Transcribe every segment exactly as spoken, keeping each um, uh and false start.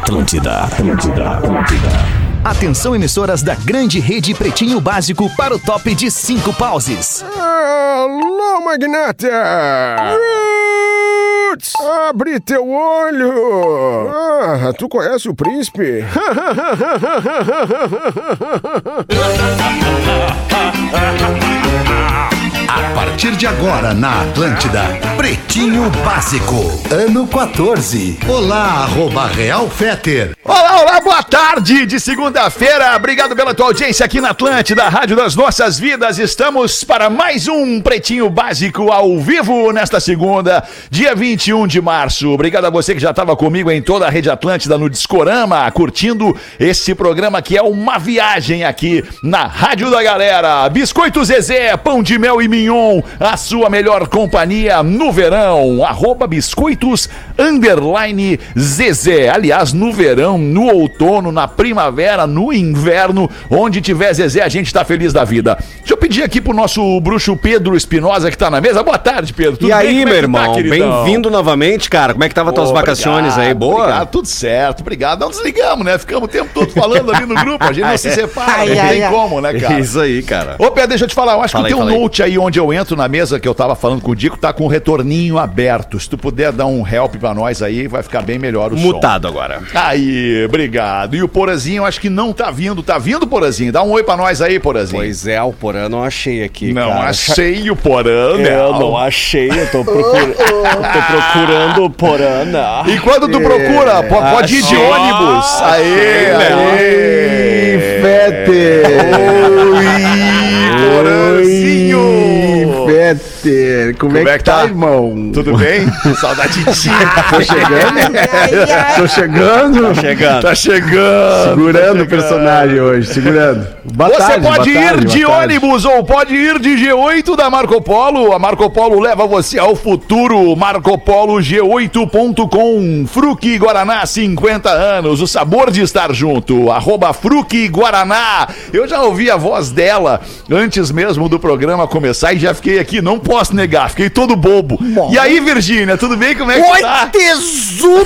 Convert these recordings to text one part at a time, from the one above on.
Atlântida, Atlântida, Atlântida. Atenção, emissoras da grande rede Pretinho Básico para o top de cinco pauses. Alô, magnata! Roots! Abre teu olho! Ah, tu conhece o príncipe? A partir de agora na Atlântida, Pretinho Básico, ano quatorze. Olá, arroba Real Fetter. Olá, olá, boa tarde de segunda-feira. Obrigado pela tua audiência aqui na Atlântida, a Rádio das Nossas Vidas. Estamos para mais um Pretinho Básico ao vivo nesta segunda, dia vinte e um de março. Obrigado a você que já estava comigo em toda a Rede Atlântida no Discorama, curtindo esse programa que é uma viagem aqui na Rádio da Galera. Biscoito Zezé, pão de mel e mignon, a sua melhor companhia no verão. Arroba biscoitos underline Zezé. Aliás, no verão, no outono, na primavera, no inverno, onde tiver Zezé, a gente tá feliz da vida. Deixa eu pedir aqui pro nosso bruxo Pedro Espinosa, que tá na mesa. Boa tarde, Pedro. Tudo e bem? aí, Como meu é irmão? Tá, bem-vindo novamente, cara. Como é que tava oh, tuas vacações aí? Boa? Obrigado, tudo certo. Obrigado. Não desligamos, né? Ficamos o tempo todo falando ali no grupo. A gente não se separa. Ai, não ai, tem ai. como, né, cara? Isso aí, cara. Ô, Pedro, deixa eu te falar. Eu acho fala que aí, o teu note aí. aí onde eu entro na mesa que eu tava falando com o Dico, tá com o retorninho aberto. Se tu puder dar um help pra nós aí, vai ficar bem melhor o som. Mutado agora. Aí, obrigado. E o Porazinho, acho que não tá vindo. Tá vindo, Porazinho? Dá um oi pra nós aí, Porazinho. Pois é, o Porã não achei aqui, Não cara. achei o Porã, né? Eu não achei, eu tô, procur... eu tô procurando o Porã, não. E quando tu procura, é, pode ir de ônibus. Aê, aê. Fete. Oi, Porazinho. Peter, como, como é, que é que tá, tá, irmão? Tudo bem? Saudade de ti. Tô chegando? Ai, ai. Tô chegando? Tá chegando. Tá chegando. Segurando tá o personagem hoje, segurando. Boa Você tarde, pode boa ir tarde, de ônibus ou pode ir de G oito da Marco Polo. A Marco Polo leva você ao futuro. Marco Polo G oito ponto com. Fruc Guaraná, cinquenta anos. O sabor de estar junto. Arroba Fruc Guaraná. Eu já ouvi a voz dela antes mesmo do programa começar e já fiquei aqui, não posso negar, fiquei todo bobo. Bom. E aí, Virgínia, tudo bem? Como é que Oi, tá? tesudo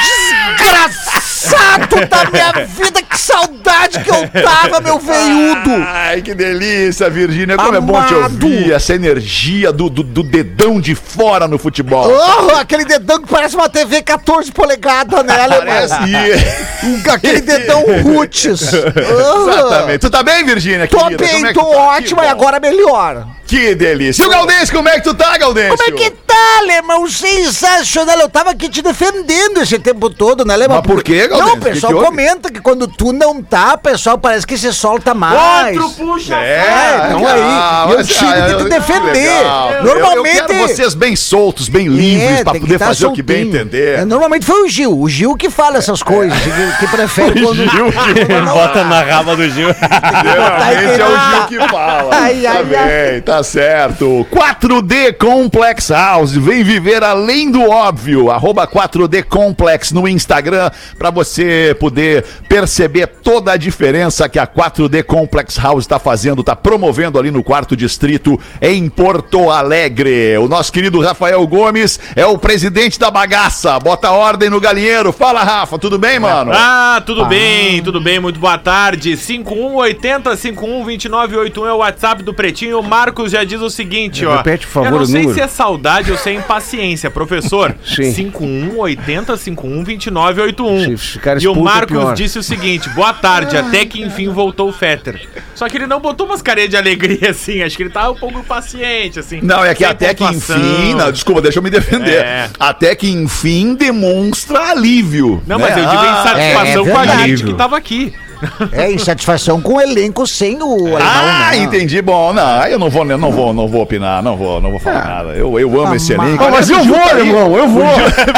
desgraçado da minha vida, que saudade que eu tava, meu veiudo. Ai, que delícia, Virgínia, como Amado. É bom te ouvir, essa energia do, do, do dedão de fora no futebol. Oh, aquele dedão que parece uma T V catorze polegadas, né, alemão? Parece. Aquele dedão roots. Oh. Exatamente. Tu tá bem, Virgínia? Tô querida? bem, é tô tá? ótima e agora melhor. Que delícia. E o Galdêncio, como é que tu tá, Galdêncio? Como é que tá, alemão? Sensacional. Eu tava aqui te defendendo esse tempo todo, né, alemão? Mas por quê, Galdêncio? Não, o pessoal que que comenta que quando tu não tá, o pessoal parece que se solta mais. Outro puxa. É, então ah, aí. Eu tive que te defender. Legal. Normalmente... Eu, eu quero vocês bem soltos, bem livres, é, pra poder tá fazer soltinho. O que bem entender. É, normalmente foi o Gil. O Gil que fala essas coisas. Que, que prefere quando... Gil que bota na raba do Gil. Geralmente é o Gil que fala. Ai, ai, tá bem, ai. Tá certo. quatro D Complex House, vem viver além do óbvio. Arroba quatro D Complex no Instagram, pra você poder perceber toda a diferença que a quatro D Complex House está fazendo, tá promovendo ali no quarto distrito em Porto Alegre. O nosso querido Rafael Gomes é o presidente da bagaça. Bota ordem no galinheiro. Fala, Rafa, tudo bem, mano? Ah, tudo ah. bem, tudo bem, muito boa tarde. cinco um oito zero, cinco um dois nove oito um é o WhatsApp do Pretinho. O Marcos já diz o seguinte, ó. Repete, por favor, eu não sei número. se é saudade ou se é impaciência, professor. Sim. cinco um oito zero, cinco um dois nove oito um. Sim, e o Marcos é disse o seguinte: boa tarde, até que enfim voltou o Fetter. Só que ele não botou umas carinhas de alegria assim, acho que ele tava um pouco impaciente, assim. Não, é que até pontuação. que enfim. Não, desculpa, deixa eu me defender. É. Até que enfim demonstra alívio. Não, né? mas eu digo ah, insatisfação é, é com a gente que tava aqui. É, insatisfação com o elenco sem o alemão. Ah, não. entendi. Bom, não, eu não vou, não vou, não vou opinar, não vou, não vou falar ah. nada. Eu, eu amo ah, esse elenco. Ah, mas eu vou, tá irmão, eu vou.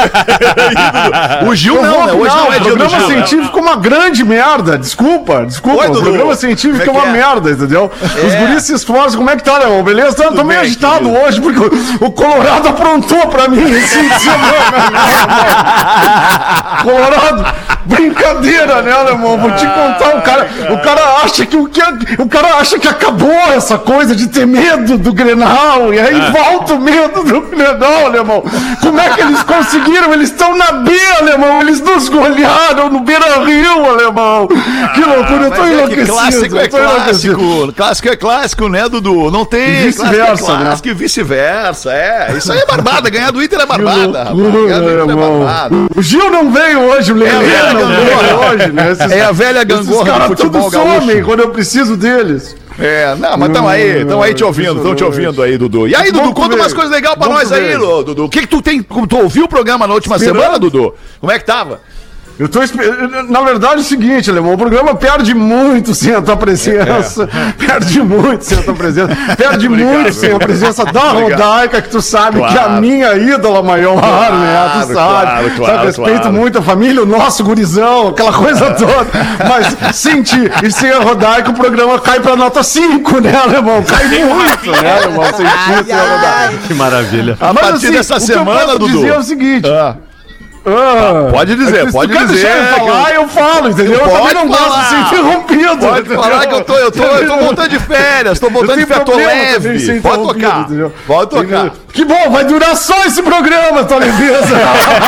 O Gil, o Gil não, né? Hoje não, não é dia do Gil. O programa científico é uma grande merda. Desculpa, desculpa. Oi, o programa científico é, é uma é? merda, entendeu? É. Os guris se esforçam. Como é que tá, irmão? Beleza? Eu tô meio bem, agitado querido. hoje, porque o Colorado aprontou pra mim esse fim de semana. Colorado. Brincadeira, né, alemão? Vou te contar, o cara, o cara acha que o que o cara acha que acabou essa coisa de ter medo do Grenal, e aí volta o medo do Grenal, alemão. Como é que eles conseguiram? Eles estão na B, alemão. Eles nos golearam no Beira-Rio, alemão. Que loucura, eu tô é enlouquecido. Clássico é clássico. Clássico é clássico, né, Dudu? Não tem vice-versa, é clássico, né? E vice-versa, é. Isso aí é barbada. Ganhar do Inter é barbada, rapaz. Ganhar do Inter é barbada. O Gil não veio hoje, o Lelê é não veio hoje, né? Esses, é a velha gangorra do futebol gaúcho. Somem quando eu preciso deles. É, não, mas estão aí, estão aí te ouvindo, estão te ouvindo aí, Dudu. E aí, Dudu, conta umas coisas legais pra nós aí, Dudu. O que que tu tem, tu ouviu o programa na última semana, Dudu? Como é que tava? Eu tô Na verdade é o seguinte, Alemão, o programa perde muito sem a tua presença. É. Perde muito sem a tua presença. Perde muito sem a presença da Rodaica, que tu sabe claro. que é a minha ídola maior, claro, né? Tu sabe. Claro, claro, eu respeito claro. muito a família, o nosso gurizão, aquela coisa toda. Mas sem ti e sem a Rodaica, o programa cai pra nota cinco, né, Alemão? Cai muito, né, Alemão? Sem ti, sem a Rodaica. Que maravilha. A Mas, partir assim, dessa semana, Dudu. dizer é o seguinte. Ah. Ah, pode dizer, pode dizer. Se tu quer falar, eu, eu falo, entendeu? Eu também não gosto de ser interrompido. Pode entendeu? falar que eu tô, eu tô, eu tô voltando de férias, tô voltando de férias, tô leve. Pode tocar, entendeu? pode tocar. Que bom, vai durar só esse programa, tua leveza.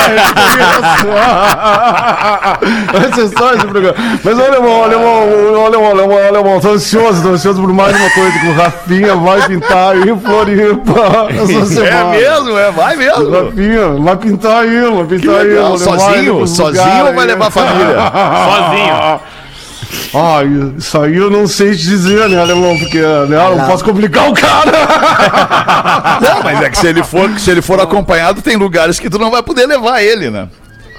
Vai ser só esse programa. Mas olha, irmão, olha, irmão, olha, irmão, olha, irmão, olha, irmão, tô ansioso, tô ansioso por mais uma coisa, que o Rafinha vai pintar aí em Floripa essa semana. É mesmo, é, vai mesmo. O Rafinha vai pintar aí, vai pintar aí. Legal, sozinho? Sozinho ou vai levar a família? Sozinho. Ah, isso aí eu não sei te dizer, né, alemão? Porque né, eu não posso complicar o cara. Não, mas é que se ele for, se ele for acompanhado, tem lugares que tu não vai poder levar ele, né?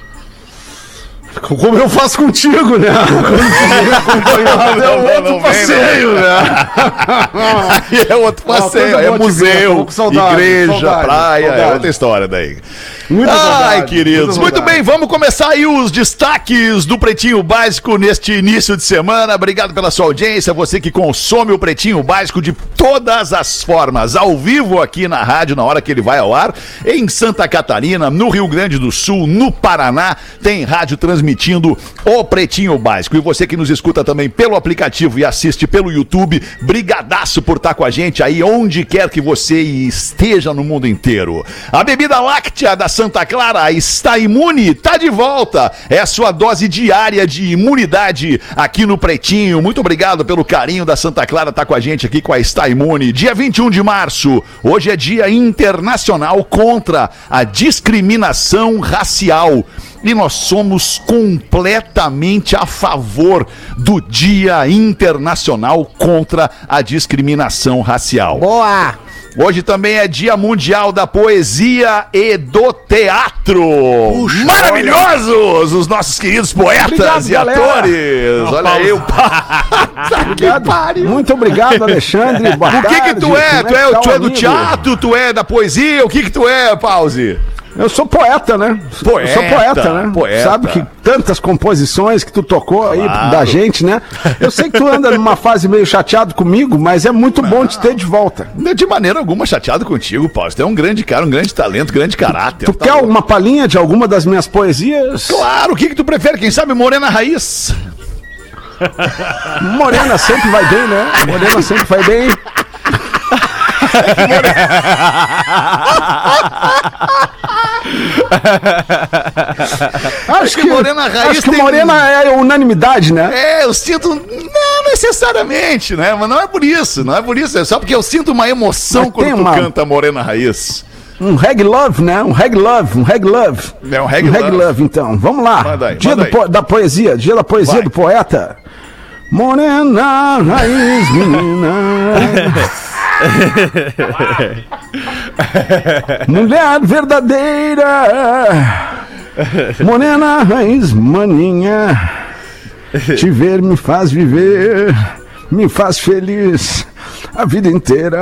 Como eu faço contigo, né? Quando é outro não, passeio, vem, né? Aí é outro passeio, ah, é museu, saudade, igreja, saudade, praia, saudade. É outra história daí. Muito Ai, saudade, queridos, muito bem, vamos começar aí os destaques do Pretinho Básico neste início de semana. Obrigado pela sua audiência, você que consome o Pretinho Básico de todas as formas, ao vivo aqui na rádio, na hora que ele vai ao ar, em Santa Catarina, no Rio Grande do Sul, no Paraná, tem rádio transmitindo o Pretinho Básico. E você que nos escuta também pelo aplicativo e assiste pelo YouTube, brigadaço por estar com a gente aí onde quer que você esteja no mundo inteiro. A bebida láctea da Santa Clara, Está Imune, tá de volta. É a sua dose diária de imunidade aqui no Pretinho. Muito obrigado pelo carinho da Santa Clara estar com a gente aqui com a Está Imune. Dia vinte e um de março, hoje é Dia Internacional contra a Discriminação Racial. E nós somos completamente a favor do Dia Internacional contra a Discriminação Racial. Boa! Hoje também é Dia Mundial da Poesia e do Teatro. Puxa, maravilhosos os nossos queridos poetas obrigado, e galera. atores. Olha aí o obrigado. Muito obrigado, Alexandre. Boa o que tarde. que tu é? Tu é, tu é do teatro? Tu é da poesia? O que que tu é, Pause? Eu sou poeta, né? Poeta, eu sou poeta, né? Poeta. Sabe que tantas composições que tu tocou aí claro. da gente, né? Eu sei que tu anda numa fase meio chateado comigo, mas é muito Não. bom te ter de volta. De maneira alguma chateado contigo, Paulo. Tu é um grande cara, um grande talento, grande caráter. Tu tá quer louco. uma palhinha de alguma das minhas poesias? Claro, o que que tu prefere? Quem sabe Morena Raiz? Morena sempre vai bem, né? Morena sempre vai bem. acho que, que Morena Raiz acho que tem... Morena é unanimidade, né? É, eu sinto não necessariamente, né? Mas não é por isso, não é por isso, é só porque eu sinto uma emoção Mas quando tu uma... canta Morena Raiz. Um reg love, né? Um reg love, um reg love. É um reg um love. reg love, então. Vamos lá. Manda aí, dia manda do po... da poesia, dia da poesia Vai. do poeta. Morena Raiz, menina. Mulher verdadeira, morena raiz, maninha, te ver me faz viver, me faz feliz a vida inteira.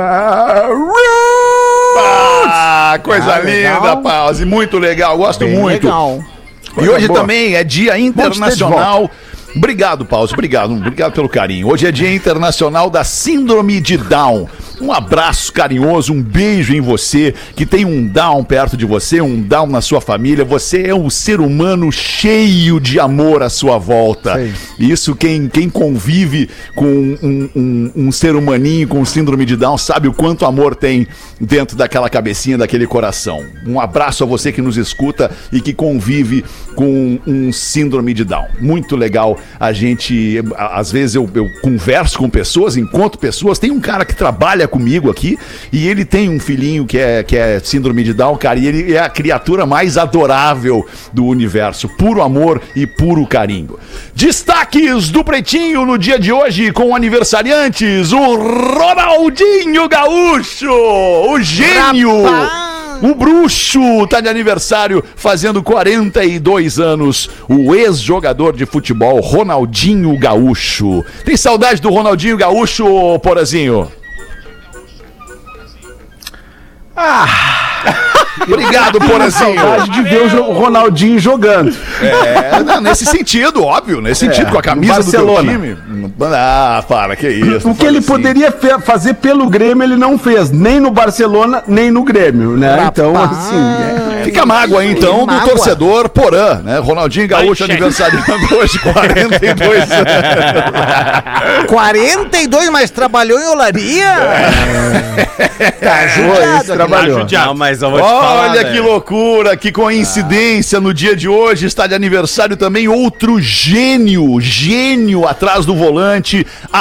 Ah, coisa ah, linda, Pause, muito legal, gosto Bem muito. Legal. E hoje boa. também é Dia Internacional Obrigado, Paulo. Obrigado. Obrigado pelo carinho. Hoje é Dia Internacional da Síndrome de Down. Um abraço carinhoso, um beijo em você que tem um Down perto de você, um Down na sua família. Você é um ser humano cheio de amor à sua volta. Sim. Isso quem, quem convive com um, um, um ser humaninho com síndrome de Down sabe o quanto amor tem dentro daquela cabecinha, daquele coração. Um abraço a você que nos escuta e que convive com um síndrome de Down. Muito legal. A gente, às vezes eu, eu converso com pessoas, encontro pessoas. Tem um cara que trabalha comigo aqui e ele tem um filhinho que é, que é síndrome de Down, cara, e ele é a criatura mais adorável do universo. Puro amor e puro carinho. Destaques do Pretinho no dia de hoje com aniversariantes: o Ronaldinho Gaúcho, o gênio, Rapaz. O bruxo tá de aniversário, fazendo quarenta e dois anos, o ex-jogador de futebol Ronaldinho Gaúcho. Tem saudade do Ronaldinho Gaúcho, Porazinho? Ah... Obrigado, Porazinho. Saudade de ver o Ronaldinho jogando. É, não, nesse sentido, óbvio, nesse é, sentido, com a camisa do teu time. Ah, para, que isso. O que ele assim. poderia fe- fazer pelo Grêmio, ele não fez, nem no Barcelona, nem no Grêmio, né? Rapaz. Então, assim... É... Fica mágoa aí, então, do torcedor Porã, né? Ronaldinho Gaúcho aniversariando hoje, quarenta e dois anos. quarenta e dois, mas trabalhou em olaria? É. Tá judiado. Trabalhou. Não, mas eu vou te Olha falar, que velho. loucura, que coincidência. No dia de hoje está de aniversário também outro gênio, gênio atrás do volante,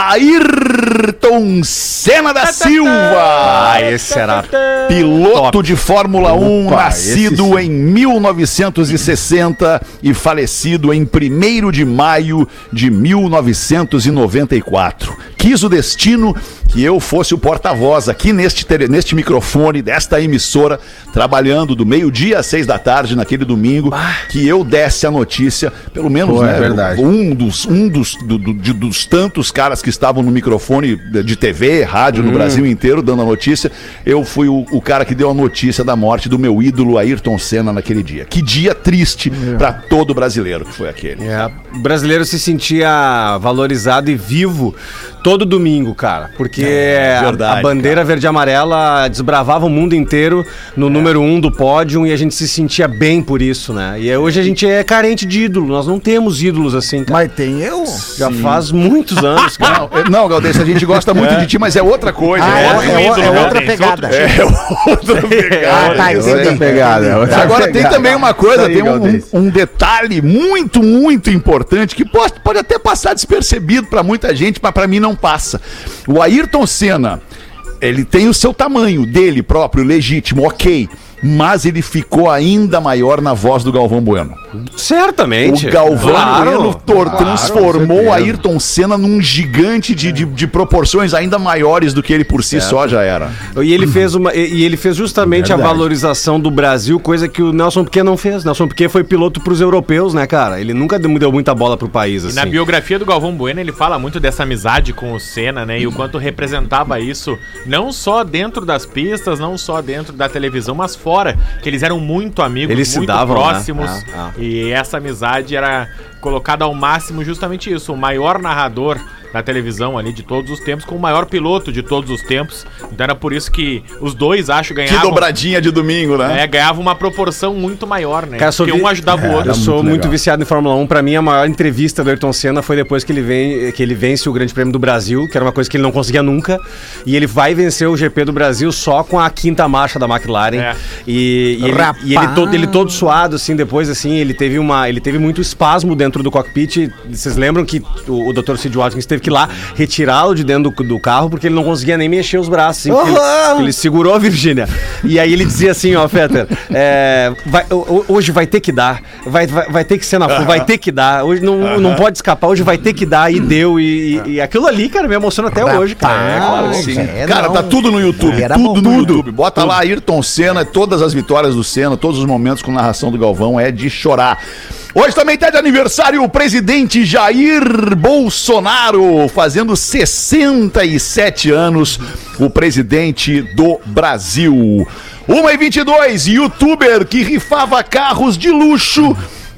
Ayrton Senna da Silva. Ah, esse era piloto top. de Fórmula um, Opa, nascido em mil novecentos e sessenta e falecido em primeiro de maio de mil novecentos e noventa e quatro. Quis o destino que eu fosse o porta-voz aqui neste, tele, neste microfone desta emissora, trabalhando do meio-dia às seis da tarde naquele domingo, que eu desse a notícia, pelo menos, Pô, né, é verdade. um dos, um dos, do, do, de, dos tantos caras que estavam no microfone de T V, rádio no Hum. Brasil inteiro dando a notícia. Eu fui o, o cara que deu a notícia da morte do meu ídolo Ayrton Senna naquele dia. Que dia triste É. pra todo brasileiro que foi aquele. É, o brasileiro se sentia valorizado e vivo todo domingo, cara, porque É, verdade, a, a bandeira cara. verde e amarela desbravava o mundo inteiro no é. número um do pódio e a gente se sentia bem por isso, né? E hoje a gente é carente de ídolo, nós não temos ídolos assim, cara. Mas tem eu? Já Sim. faz muitos anos, cara. Não, não, Galdêncio, a gente gosta muito é. de ti, mas é outra coisa. Ah, é, é, outro é, ídolo, é outra Galdêncio, pegada. outro É outra pegada. Ah, tá, Isso entendi. aí. Pegada, é outra Agora pegada. tem também uma coisa, Isso aí, tem um, Galdêncio. um, um detalhe muito, muito importante que pode, pode até passar despercebido pra muita gente, mas pra mim não passa. O Ayrton Senna, ele tem o seu tamanho dele próprio, legítimo, ok. Mas ele ficou ainda maior na voz do Galvão Bueno. Certamente. O Galvão Claro. Bueno tor- Claro, transformou com o certeza. Ayrton Senna num gigante de, de, de proporções ainda maiores do que ele por si só já era. E ele fez uma e e ele fez justamente Verdade. a valorização do Brasil, coisa que o Nelson Piquet não fez. Nelson Piquet foi piloto pros europeus, né, cara? Ele nunca deu deu muita bola pro país, E assim. na biografia do Galvão Bueno, ele fala muito dessa amizade com o Senna, né? E o quanto representava isso, não só dentro das pistas, não só dentro da televisão, mas fora, que eles eram muito amigos, Eles se muito davam, né? próximos. Ah, ah. E essa amizade era colocada ao máximo justamente isso. O maior narrador da televisão ali de todos os tempos, com o maior piloto de todos os tempos. Então era por isso que os dois, acho, Que ganhavam... dobradinha de domingo, né? É, ganhava uma proporção muito maior, né? Cara, sou Porque vi- um ajudava o outro. Eu sou muito muito legal. viciado em Fórmula um. Pra mim, a maior entrevista do Ayrton Senna foi depois que ele, vem, que ele vence o Grande Prêmio do Brasil, que era uma coisa que ele não conseguia nunca. E ele vai vencer o G P do Brasil só com a quinta marcha da McLaren. É. E, e ele, Rapaz. e ele, todo, ele todo suado, assim, depois, assim, ele teve, uma, ele teve muito espasmo dentro do cockpit. Vocês lembram que o, o doutor Sid Watkins teve que ir lá retirá-lo de dentro do, do carro, porque ele não conseguia nem mexer os braços, assim, porque Uhum. ele, ele segurou a Virgínia. E aí ele dizia assim, ó, Fetter, é, vai- ho- hoje vai ter que dar, vai, vai, vai ter que ser na fuga, vai ter que dar, hoje não, não pode escapar, hoje vai ter que dar, e deu, e, e- e aquilo ali, cara, me emociona até hoje, cara. Rapaz. É, claro. Sim. É, Cara, não. tá tudo no YouTube, Era tudo bom. no YouTube. Bota lá Ayrton Senna, todas as vitórias do Senna, todos os momentos com narração do Galvão, é de chorar. Hoje também tá de aniversário o presidente Jair Bolsonaro, fazendo sessenta e sete anos, o presidente do Brasil. uma e vinte e dois, youtuber que rifava carros de luxo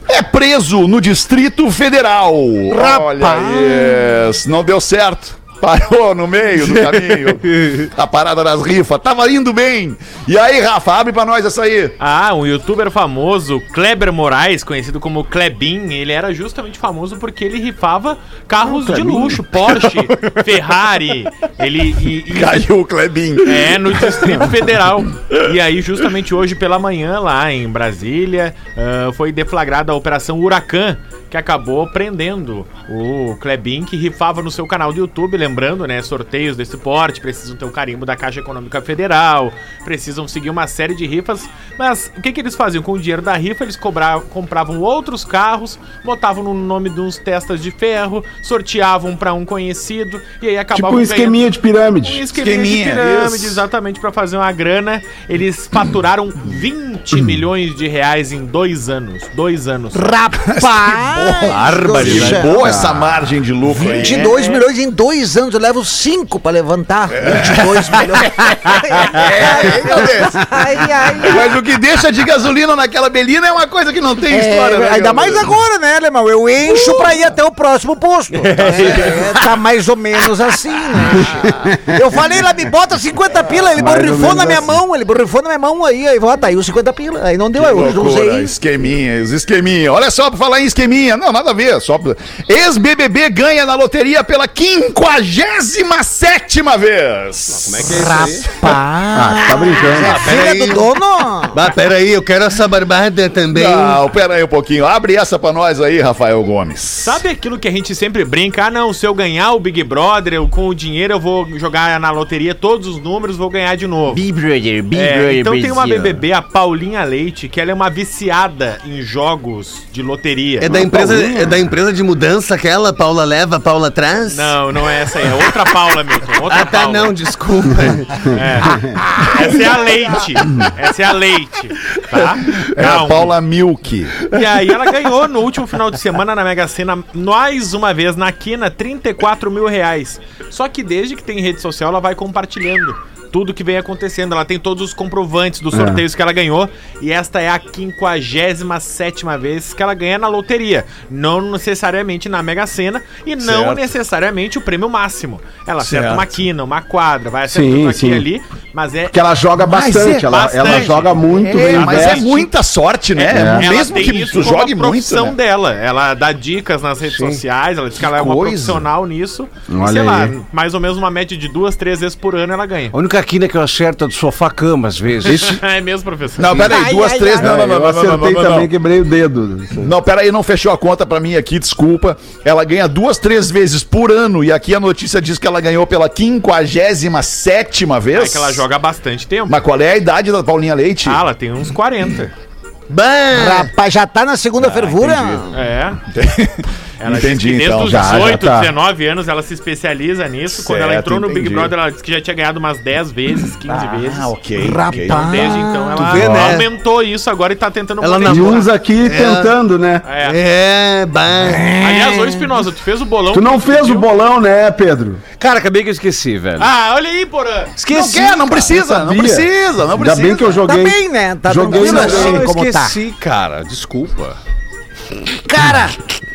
é preso no Distrito Federal. Rapaz. Olha isso, não deu certo. Parou no meio do caminho. A parada das rifas. Tava indo bem. E aí, Rafa, abre pra nós essa aí. Ah, um youtuber famoso, Kleber Moraes, conhecido como Klebin, ele era justamente famoso porque ele rifava carros de luxo, Porsche, Ferrari. Ele e, e, Caiu o Klebin. É, no Distrito Federal. E aí, justamente hoje pela manhã, lá em Brasília, uh, foi deflagrada a Operação Huracan, que acabou prendendo o Klebin, que rifava no seu canal do YouTube, lembrando, né, sorteios desse porte, precisam ter o carimbo da Caixa Econômica Federal, precisam seguir uma série de rifas, mas o que que eles faziam? Com o dinheiro da rifa, eles cobravam, compravam outros carros, botavam no nome de uns testas de ferro, sorteavam pra um conhecido, e aí acabavam Tipo um esqueminha de pirâmide. Um esqueminha, Esqueminha, de pirâmide, isso. exatamente, pra fazer uma grana. Eles faturaram vinte milhões de reais em dois anos. Dois anos. Rapaz! Barbaridade. Poxa. Boa essa margem de lucro aí. vinte e dois milhões em dois anos, eu levo cinco pra levantar. vinte e dois milhões. É, meu Deus. Ai, ai, ai. Mas o que deixa de gasolina naquela belina é uma coisa que não tem É, história, né? ainda meu mais Deus? agora, né, Alemão? Eu encho pra ir até o próximo posto. É, tá mais ou menos assim, né? Eu falei lá, me bota cinquenta pila, ele Mais ou borrifou menos na minha assim. mão, ele borrifou na minha mão aí, aí ó, tá aí os cinquenta pila. Aí não deu, eu Loucura, usei. esqueminha, os esqueminha. Olha só, pra falar em esqueminha. Não, nada a ver. Só... Ex-B B B ganha na loteria pela quinquagésima sétima vez. Como é que é isso aí? Ah, tá brincando. É filha do dono? Ah, peraí, eu quero essa barbada também. Não, pera aí um pouquinho. Abre essa pra nós aí, Rafael Gomes. Sabe aquilo que a gente sempre brinca? Ah, não, se eu ganhar o Big Brother, eu, com o dinheiro eu vou jogar na loteria todos os números, vou ganhar de novo. Big Brother, Big É, Brother então tem uma Brasil. B B B, a Paulinha Leite, que ela é uma viciada em jogos de loteria. É da, empresa, é da empresa de mudança aquela, Paula leva, Paula traz? Não, não é essa aí, é outra Paula, Milton. Outra Ah, tá, Paula. não, desculpa. É. Essa é a Leite. Essa é a Leite, tá? É a Paula Milk. E aí ela ganhou no último final de semana na Mega Sena, mais uma vez, na quina, trinta e quatro mil reais. Só que desde que tem rede social, ela vai compartilhando tudo que vem acontecendo. Ela tem todos os comprovantes dos sorteios que ela ganhou. E esta é a quinquagésima sétima vez que ela ganha na loteria. Não necessariamente na Mega Sena e não Certo. necessariamente o prêmio máximo. Ela acerta Certo. uma quina, uma quadra, vai acertando Sim, aqui sim. e ali, mas é... Porque ela joga Mas bastante, é ela, bastante. ela joga muito É, bem. mas é investe. muita sorte, né? Ela Mesmo tem que isso tu como jogue a muito, profissão né? dela. Ela dá dicas nas redes sociais, ela diz que ela é uma coisa. profissional nisso. E, Olha sei lá, aí. mais ou menos uma média de duas, três vezes por ano ela ganha. A única quina que eu acerto é do sofá-cama, às vezes. É mesmo, professor? Não, pera aí, Ai, duas, ai, três, ai. não, não, não, eu não, não, acertei não, não, também, não. quebrei o dedo. Não, pera aí, não fechou a conta pra mim aqui, desculpa. Ela ganha duas, três vezes por ano e aqui a notícia diz que ela ganhou pela quinquagésima sétima vez. É que ela joga há bastante tempo. Mas qual é a idade da Paulinha Leite? Ah, ela tem uns quarenta. Bah! Rapaz, já tá na segunda fervura? É. Ela Entendi, diz que desde então, os já- já dezoito, tá. dezenove anos ela se especializa nisso. Quando ela Certo, entrou no Big entendi. Brother, ela disse que já tinha ganhado umas dez vezes, quinze vezes. Ah, ok. Rapaz. ok. Então, desde então, ela vê, né? aumentou isso agora e tá tentando Ela E monetizar. uns aqui tentando, né? É. É, bah! Aliás, ô Espinosa, tu fez o bolão. Tu não que fez o pediu? bolão, né, Pedro? Cara, acabei que eu esqueci, velho. Ah, olha aí, Porã. Não quer, não precisa, não sabia. precisa, não Ainda pessa. bem que eu Tá joguei. bem, né? Tá Joguei tranquilo na- assim, eu como tá. esqueci, cara. Desculpa. Cara,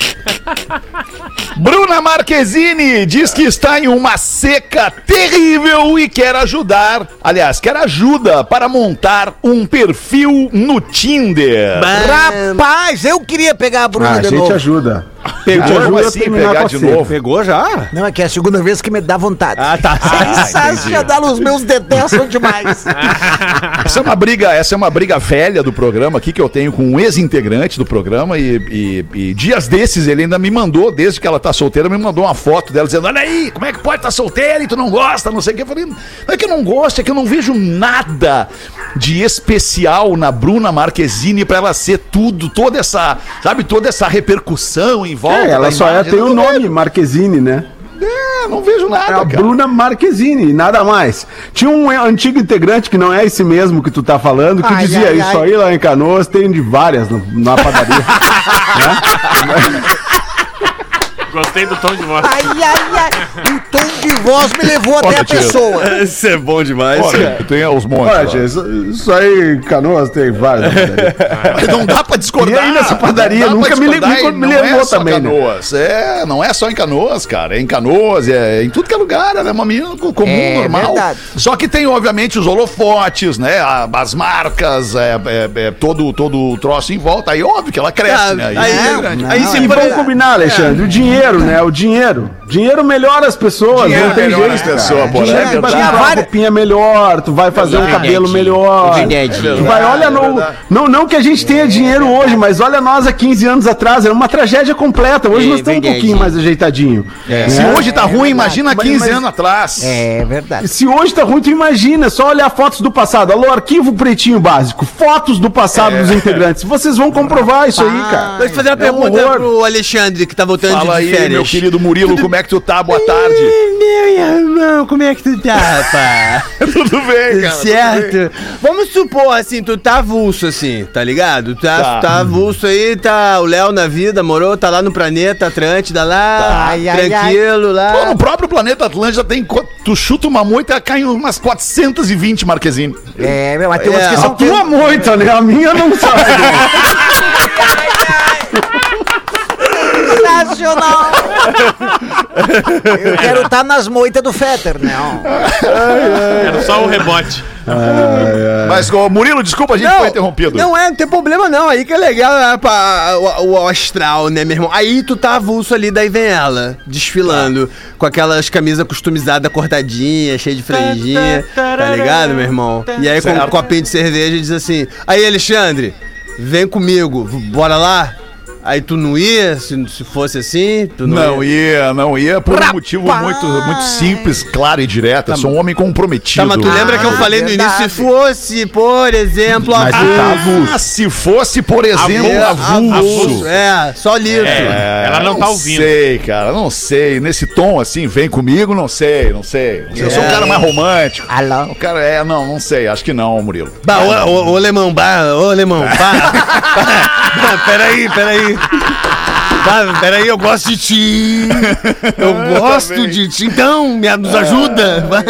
Bruna Marquezine diz que está em uma seca terrível e quer ajudar, aliás, quer ajuda para montar um perfil no Tinder. rapaz, eu queria pegar a Bruna Ah, a de gente novo. ajuda. Pegou Ajuda como a assim terminar pegar com a de seca. novo? Pegou já? Não, é que é a segunda vez que me dá vontade. Ah, tá. Sensacional, os meus dedéus são demais. Essa é uma briga, essa é uma briga velha do programa aqui que eu tenho com um ex-integrante do programa e, e- e dias desses ele ainda me mandou, desde que ela tá solteira, me mandou uma foto dela dizendo: olha aí, como é que pode estar solteira e tu não gosta, não sei o que. Eu falei: não é que eu não gosto, é que eu não vejo nada de especial na Bruna Marquezine pra ela ser tudo, toda essa, sabe, toda essa repercussão em volta. É, ela da só é, imagem. tem Eu o não nome, vejo- Marquezine, né? É, não vejo É nada, a cara. Bruna Marquezine, nada mais. Tinha um antigo integrante que não é esse mesmo que tu tá falando, que Ai, dizia ai, isso ai. aí lá em Canoas, tem de várias no- na padaria. Né? Gostei do tom de voz. Ai, ai, ai. O tom de voz me levou até a pessoa. Isso é bom demais. Olha, tem os montes. Olha, lá. gente, isso, isso aí, Canoas, tem várias. Não dá pra discordar. E aí nessa padaria, Não dá nunca pra me, discordar, me, e me não levou é só também, né? Canoas. É, não é só em Canoas, cara. É em Canoas, é em tudo que é lugar. Ela é uma menina comum, É, normal. verdade. Só que tem, obviamente, os holofotes, né? a- As marcas, é, é, é, todo, todo o troço em volta. Aí, óbvio que ela cresce, Ah, né? Aí, aí- é grande. aí E se vamos combinar, Alexandre, É. o dinheiro, né? O dinheiro. Dinheiro melhora as pessoas, Dinheiro não tem melhora jeito. as cara. pessoas, pô, Dinheiro, é tu vai verdade. comprar uma roupinha melhor, tu vai fazer um cabelo melhor. Verdade. Tu vai, olha, não, não, não que a gente tenha dinheiro hoje, mas olha nós há quinze anos atrás, era uma tragédia completa. Hoje É, nós estamos um verdade. pouquinho mais ajeitadinho. Se hoje tá ruim, imagina Mas- quinze mas- anos atrás. É verdade. Se hoje tá ruim, tu imagina, é só olhar fotos do passado. Alô, arquivo Pretinho Básico, fotos do passado dos integrantes. Vocês vão comprovar isso aí, cara. Deixa eu fazer uma É um pergunta horror. pro Alexandre, que tá voltando Fala de aí, férias. meu querido Murilo, como é que tu tá? Boa tarde. Meu irmão, como é que tu tá, rapaz? Tudo bem, Tudo cara. certo? Vamos supor, assim, tu tá avulso, assim, tá ligado? Tá, Tá. tá avulso aí, tá o Léo na vida, morou, tá lá no planeta Atlântida, lá, Ai, ai, tranquilo, Pô, lá. no próprio planeta Atlântida tem. co- Tu chuta uma moita, cai umas quatrocentos e vinte Marquezine. É, meu, mas tem umas É, que A são... tua moita, né? A minha não sabe. Sensacional! Eu quero estar nas moitas do Fetter, né? Era só o rebote. Mas, ô, Murilo, desculpa, a gente foi interrompido. Não é, não tem problema não. Aí que é legal é, pá, o, o astral, né, meu irmão? Aí tu tá avulso ali, daí vem ela, desfilando, com aquelas camisas customizadas, cortadinhas, cheia de franjinha, tá ligado, meu irmão? E aí com um Certo. copinho de cerveja diz assim, aí Alexandre, vem comigo, v- bora lá? Aí tu não ia, se, se fosse assim? Tu não, Não ia, não ia, por um motivo muito, muito simples, claro e direto. Eu sou um homem comprometido. Tá, mas tu lembra que eu Ah, falei no início, verdade. se fosse, por exemplo, Mas tu avulso. tá avulso. Ah, se fosse, por exemplo, É, avulso. avulso, é, só liso. É, Ela não tá ouvindo. Não sei, cara, não sei. Nesse tom assim, vem comigo, não sei, não sei. Eu sou um É. cara mais romântico. Alô? O cara é, não, não sei, acho que não, Murilo. Bah, ô, ô, ô, Alemão, bah, ô, Alemão, bah, bah, peraí, peraí. Bah, peraí, eu gosto de ti. Eu gosto também. de ti. Então, me, nos ajuda. Vai.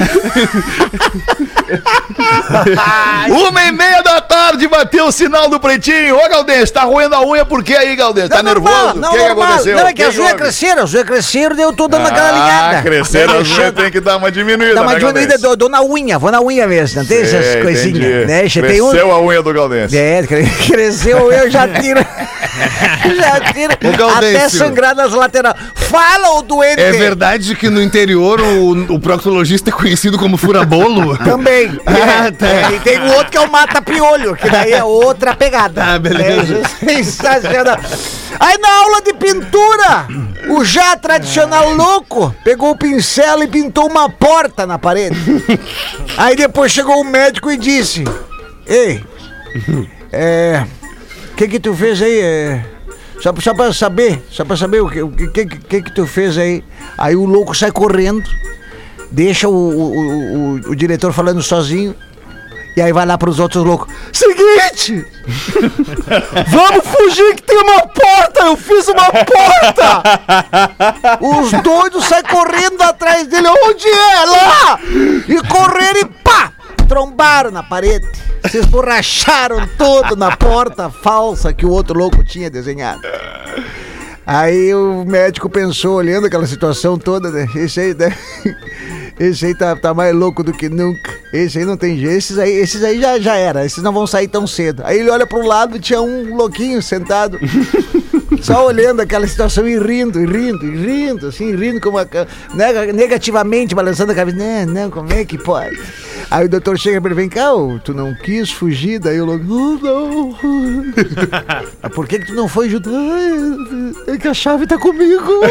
Uma e meia da tarde, bateu o sinal do Pretinho. Ô, Galdense, tá roendo a unha por quê aí, Galdense? Tá Não, nervoso? normal, O não, que, que normal. aconteceu? Não, é que O as unhas houve? cresceram, as unhas cresceram, daí eu tô dando aquela Ah, alinhada. cresceram Tá as unhas, deixando- tem que dar uma diminuída, Dá uma né, diminuída, Galdense? dou, dou na unha, vou na unha mesmo, não tem essas Sei, coisinhas, entendi. né? Já tem um... Cresceu a unha do Galdense. É, cre- cresceu, eu já tiro. já tiro. Ô, Gaudêncio. Até sangrar nas laterais. Fala, o doente! É verdade que no interior o, o proctologista é conhecido como furabolo? Também. Ah, tá. É, e tem o outro que é o mata-piolho, que daí é outra pegada. Ah, beleza. É sensacional. Aí na aula de pintura, o já tradicional louco pegou o pincel e pintou uma porta na parede. Aí depois chegou o médico e disse: Ei, é. O que que tu fez aí? É, só, só pra saber, só pra saber o que, o que, que, que tu fez aí. Aí o louco sai correndo, deixa o, o, o, o, o diretor falando sozinho. E aí vai lá pros outros loucos. Seguinte! Vamos fugir que tem uma porta! Eu fiz uma porta! Os doidos saem correndo atrás dele. Onde é? Lá! E correram e pá! Trombaram na parede. Se esborracharam todo na porta falsa que o outro louco tinha desenhado. Aí o médico pensou, olhando aquela situação toda, né? Esse aí, né? Esse aí tá, tá mais louco do que nunca. Esse aí não tem jeito. Esses aí, esses aí já, já era. Esses não vão sair tão cedo. Aí ele olha pro lado e tinha um louquinho sentado. Só olhando aquela situação e rindo, e rindo, e rindo, assim, rindo como uma, neg- negativamente, balançando a cabeça. Não, não, como é que pode? Aí o doutor chega pra ele, vem cá, ô, tu não quis fugir? Daí o louco, oh, não. Mas por que que tu não foi junto? Ah, é que a chave tá comigo.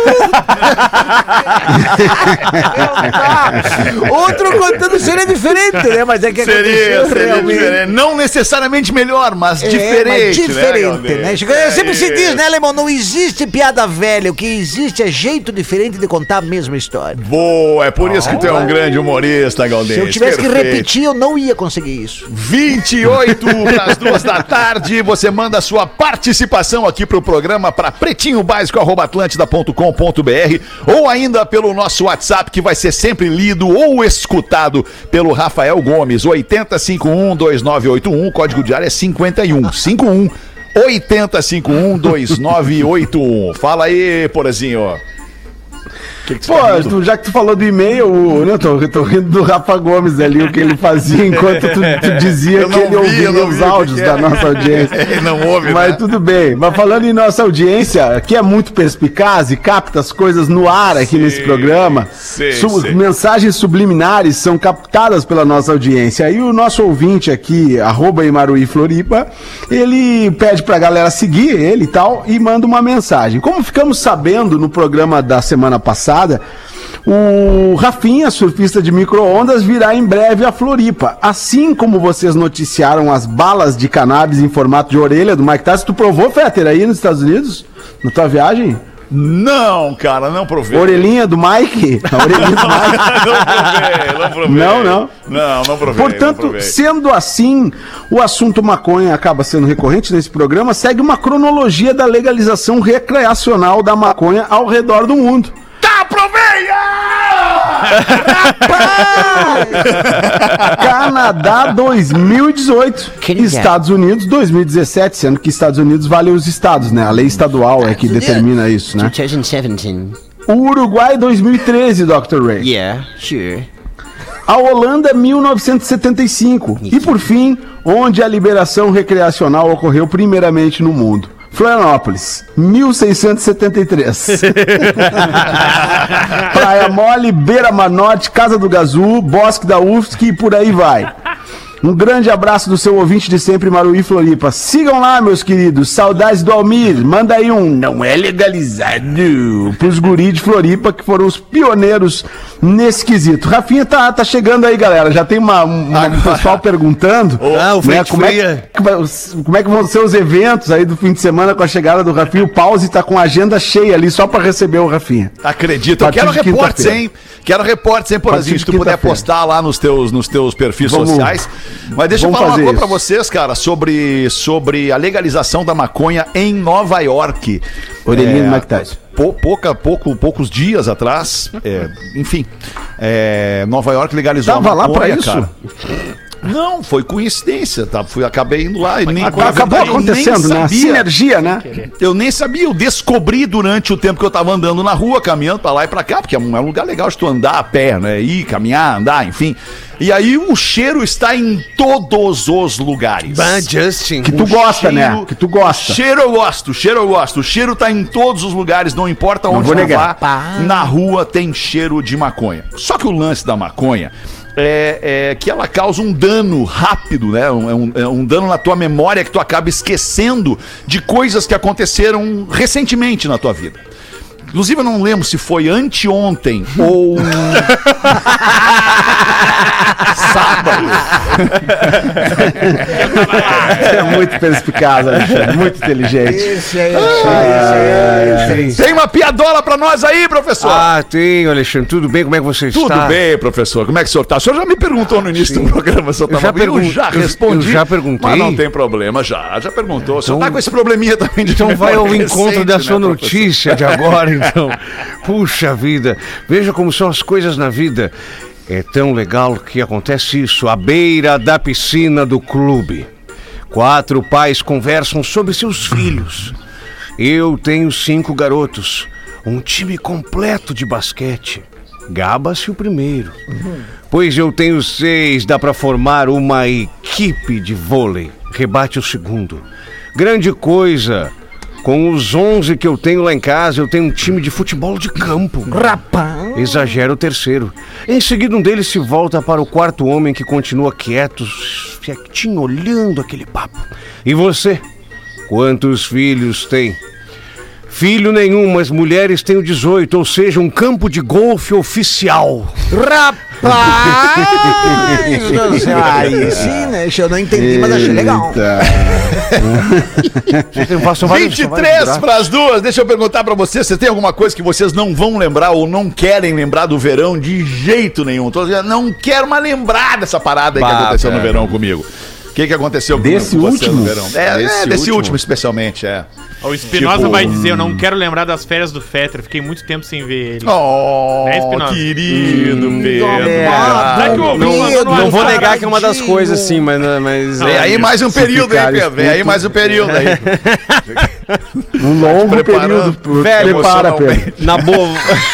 Outro contando seria diferente, né? Mas é que Seria, aconteceu seria realmente. diferente. Não necessariamente melhor, mas É, diferente. mas diferente, né? Galdense? Sempre se É diz, isso. né, Alemão? Não existe piada velha. O que existe é jeito diferente de contar a mesma história. Boa, é por isso que tu é um grande humorista, Galdense. Se eu tivesse que Perfeito. repetir, eu não ia conseguir isso. vinte e oito para as duas da tarde, você manda a sua participação aqui pro programa para pretinho básico arroba atlântida ponto com ponto br ou ainda pelo nosso WhatsApp, que vai ser sempre lido ou escutado pelo Rafael Gomes, oito zero cinco um dois nove oito um, o código de área é cinquenta e um, cinquenta e um, oito zero cinco um dois nove oito um. Fala aí, Porazinho. Que que Pô, tá tu, já que tu falou do e-mail, né, eu tô, eu tô rindo do Rafa Gomes ali, o que ele fazia enquanto tu, tu dizia que ele vi, ouvia os vi, áudios que que da nossa audiência. Ele não ouve, Mas né? tudo bem. Mas falando em nossa audiência, que é muito perspicaz e capta as coisas no ar aqui sim, nesse programa, sim, su- sim. mensagens subliminares são captadas pela nossa audiência. Aí o nosso ouvinte aqui, arroba Imaruí Floripa, ele pede pra galera seguir ele e tal, e manda uma mensagem. Como ficamos sabendo no programa da semana passada, o Rafinha, surfista de micro-ondas, virá em breve a Floripa. Assim como vocês noticiaram as balas de cannabis em formato de orelha do Mike Tyson. Tu provou, Fetter, aí nos Estados Unidos? Na tua viagem? Não, cara, não provei. Orelhinha do Mike? A orelhinha do Mike? Não provei, não provei. Não, não. Não, não provei. Portanto, não provei. sendo assim, o assunto maconha acaba sendo recorrente nesse programa, segue uma cronologia da legalização recreacional da maconha ao redor do mundo. Tá, provei! Canadá dois mil e dezoito, Estados Unidos dois mil e dezessete, sendo que Estados Unidos vale os estados, né? A lei estadual é que determina isso, né? twenty seventeen. O Uruguai dois mil e treze, doutor Ray. Yeah, sure. A Holanda mil novecentos e setenta e cinco. E por fim, onde a liberação recreacional ocorreu primeiramente no mundo. Florianópolis, mil seiscentos e setenta e três. Praia Mole, Beira-Mar Norte, Casa do Gazu, Bosque da U F S C e por aí vai. Um grande abraço do seu ouvinte de sempre, Maruí Floripa. Sigam lá, meus queridos. Saudades do Almir. Manda aí um não é legalizado pros guris de Floripa, que foram os pioneiros nesse quesito. Rafinha tá, tá chegando aí, galera. Já tem uma, um, um pessoal perguntando. Ah, o né, Frente como, é Fria. que, como é que vão ser os eventos aí do fim de semana com a chegada do Rafinha? O Pause tá com a agenda cheia ali só pra receber o Rafinha. Acredito. Eu quero reportes, hein? Quero reportes, hein, Porazinho? Se tu puder postar lá nos teus, nos teus perfis Vamos. sociais. Mas deixa Vamos eu falar uma coisa isso. pra vocês, cara, sobre, sobre a legalização da maconha em Nova York. Orelhinha do Mike Tyson. Pou, pouca, pouco, poucos dias atrás, é, enfim, é, Nova York legalizou Tava a maconha, lá pra isso? cara. Não, foi coincidência, tá? Fui, acabei indo lá e nem Acabou, acabou verdade, acontecendo, né? Sinergia, né? Eu nem sabia, eu descobri durante o tempo que eu tava andando na rua, caminhando pra lá e pra cá, porque é um, é um lugar legal de tu andar a pé, né? Ir, caminhar, andar, enfim. E aí o cheiro está em todos os lugares. Bah, Justin. Que tu O gosta, cheiro- né? Que tu gosta. Cheiro eu gosto, cheiro eu gosto. O cheiro tá em todos os lugares, não importa onde vou tu negar. vá, na rua tem cheiro de maconha. Só que o lance da maconha é, é que ela causa um dano rápido, né? Um, é, um, é um dano na tua memória que tu acaba esquecendo de coisas que aconteceram recentemente na tua vida. Inclusive, eu não lembro se foi anteontem ou sábado. É muito perspicaz, Alexandre. Muito inteligente. Esse aí, esse aí, esse aí. Tem uma piadola pra nós aí, professor? Ah, tenho, Alexandre. Tudo bem? Como é que você Tudo está? bem, professor. Como é que o senhor tá? O senhor já me perguntou no início do programa se eu Eu tava já bem. pergun- Eu já eu- respondi. eu já perguntei. Mas não tem problema, já. Já perguntou. O senhor Então- tá com esse probleminha também de Então vai ao memória encontro recente, da né, sua professor? notícia de agora, então. Puxa vida, veja como são as coisas na vida. É tão legal que acontece isso à beira da piscina do clube. Quatro pais conversam sobre seus filhos. Eu tenho cinco garotos, um time completo de basquete. Gaba-se o primeiro. Pois eu tenho seis, dá pra formar uma equipe de vôlei. Rebate o segundo. Grande coisa. Com os onze que eu tenho lá em casa, eu tenho um time de futebol de campo. Rapaz. Exagero o terceiro. Em seguida, um deles se volta para o quarto homem que continua quieto, quietinho, olhando aquele papo. E você? Quantos filhos tem? Filho nenhum, mas mulheres tenho dezoito, ou seja, um campo de golfe oficial. Rapaz! Aí sim, né? Eu não entendi, mas achei legal. vinte e três para as duas. Deixa eu perguntar pra vocês, você tem alguma coisa que vocês não vão lembrar ou não querem lembrar do verão de jeito nenhum? Tô dizendo, não quero mais lembrar dessa parada aí bah, que aconteceu cara. no verão comigo. O que, que aconteceu desse com último? no verão? É, desse, é, desse último. último, especialmente, é. O Espinosa tipo... vai dizer, eu não quero lembrar das férias do Fetter, fiquei muito tempo sem ver ele. Oh, né, querido hum, Pedro. É, ah, não, não, não vou negar que é uma das coisas, sim, mas... mas vem é, aí mais um período, hein, Pedro? Vem aí mais um período aí. Um longo período. Velho, prepara, Pedro. Na boa...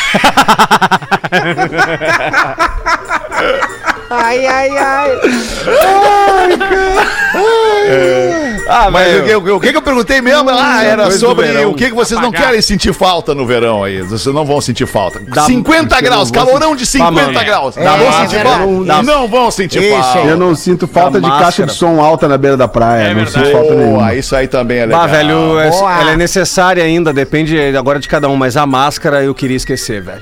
Ai, ai, ai. Ai, cara. É. Ah, mas o que, o que que eu perguntei mesmo? Ah, era sobre o que que vocês não querem sentir falta no verão aí. Vocês não vão sentir falta. Da, cinquenta graus, calorão de cinquenta graus. É, não vão é, sentir é, falta. Não, não vão sentir isso, falta. Eu não sinto falta de máscara. caixa de som alta na beira da praia. É não verdade. sinto falta nenhuma. Oh, isso aí também é legal. Bah, velho, ela é necessária ainda, depende agora de cada um, mas a máscara eu queria esquecer, velho.